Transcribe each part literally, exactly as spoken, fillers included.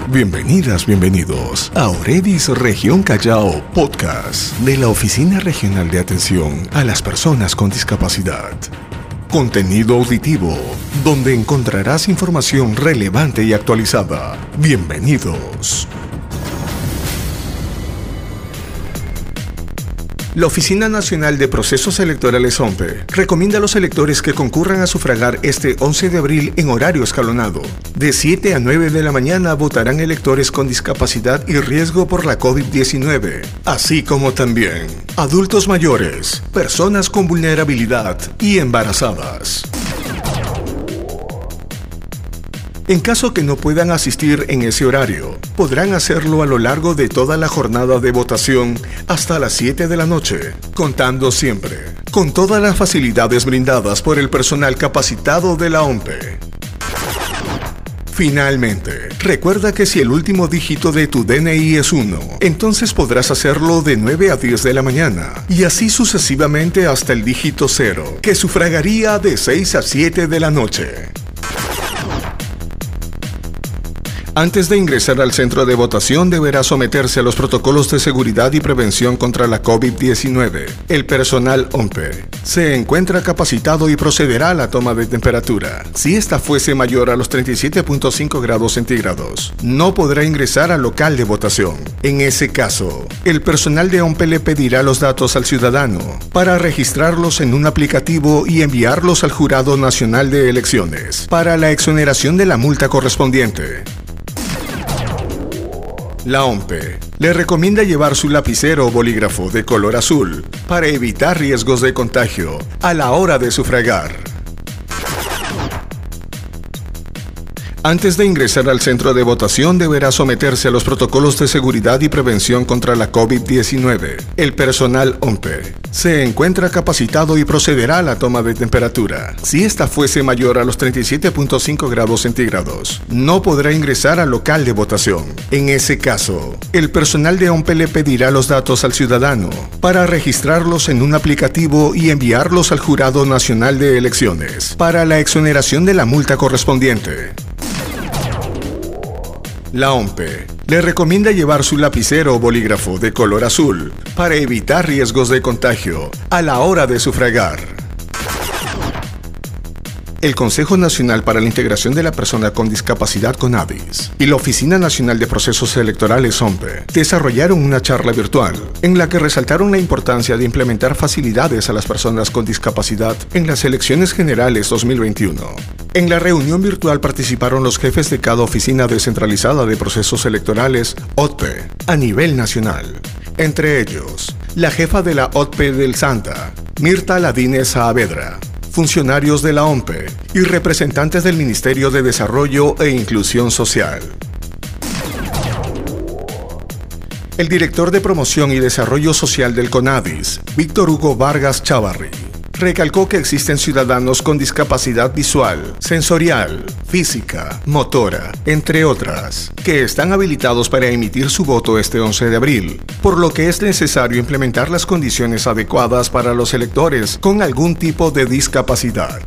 Bienvenidas, bienvenidos a Oredis Región Callao Podcast de la Oficina Regional de Atención a las Personas con Discapacidad. Contenido auditivo, donde encontrarás información relevante y actualizada. Bienvenidos. La Oficina Nacional de Procesos Electorales O M P E recomienda a los electores que concurran a sufragar este once de abril en horario escalonado. De siete a nueve de la mañana votarán electores con discapacidad y riesgo por la COVID diecinueve, así como también adultos mayores, personas con vulnerabilidad y embarazadas. En caso que no puedan asistir en ese horario, podrán hacerlo a lo largo de toda la jornada de votación hasta las siete de la noche, contando siempre con todas las facilidades brindadas por el personal capacitado de la O M P E. Finalmente, recuerda que si el último dígito de tu D N I es uno, entonces podrás hacerlo de nueve a diez de la mañana, y así sucesivamente hasta el dígito cero, que sufragaría de seis a siete de la noche. Antes de ingresar al centro de votación deberá someterse a los protocolos de seguridad y prevención contra la COVID diecinueve. El personal O M P E se encuentra capacitado y procederá a la toma de temperatura. Si esta fuese mayor a los treinta y siete punto cinco grados centígrados, no podrá ingresar al local de votación. En ese caso, el personal de O M P E le pedirá los datos al ciudadano para registrarlos en un aplicativo y enviarlos al Jurado Nacional de Elecciones para la exoneración de la multa correspondiente. La O M P E le recomienda llevar su lapicero o bolígrafo de color azul para evitar riesgos de contagio a la hora de sufragar. Antes de ingresar al centro de votación deberá someterse a los protocolos de seguridad y prevención contra la COVID diecinueve. El personal O M P E se encuentra capacitado y procederá a la toma de temperatura. Si esta fuese mayor a los treinta y siete punto cinco grados centígrados, no podrá ingresar al local de votación. En ese caso, el personal de O M P E le pedirá los datos al ciudadano para registrarlos en un aplicativo y enviarlos al Jurado Nacional de Elecciones para la exoneración de la multa correspondiente. La O M P E le recomienda llevar su lapicero o bolígrafo de color azul para evitar riesgos de contagio a la hora de sufragar. El Consejo Nacional para la Integración de la Persona con Discapacidad CONADIS y la Oficina Nacional de Procesos Electorales O M P E desarrollaron una charla virtual en la que resaltaron la importancia de implementar facilidades a las personas con discapacidad en las elecciones generales dos mil veintiuno. En la reunión virtual participaron los jefes de cada oficina descentralizada de procesos electorales O T P E a nivel nacional. Entre ellos, la jefa de la O T P E del Santa, Mirta Ladines Saavedra, funcionarios de la O M P E y representantes del Ministerio de Desarrollo e Inclusión Social. El director de Promoción y Desarrollo Social del CONADIS, Víctor Hugo Vargas Chavarri, recalcó que existen ciudadanos con discapacidad visual, sensorial, física, motora, entre otras, que están habilitados para emitir su voto este once de abril, por lo que es necesario implementar las condiciones adecuadas para los electores con algún tipo de discapacidad.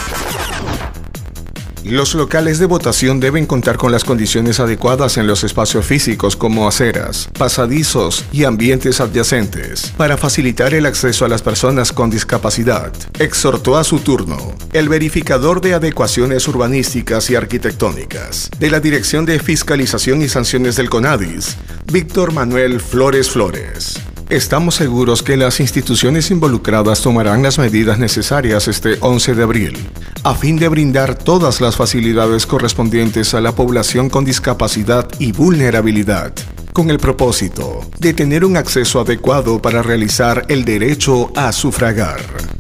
Los locales de votación deben contar con las condiciones adecuadas en los espacios físicos como aceras, pasadizos y ambientes adyacentes para facilitar el acceso a las personas con discapacidad, exhortó a su turno el verificador de adecuaciones urbanísticas y arquitectónicas de la Dirección de Fiscalización y Sanciones del CONADIS, Víctor Manuel Flores Flores. Estamos seguros que las instituciones involucradas tomarán las medidas necesarias este once de abril, a fin de brindar todas las facilidades correspondientes a la población con discapacidad y vulnerabilidad, con el propósito de tener un acceso adecuado para realizar el derecho a sufragar.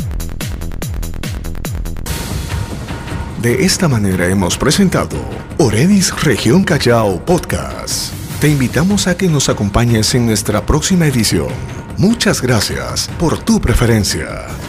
De esta manera hemos presentado Oredis Región Callao Podcast. Te invitamos a que nos acompañes en nuestra próxima edición. Muchas gracias por tu preferencia.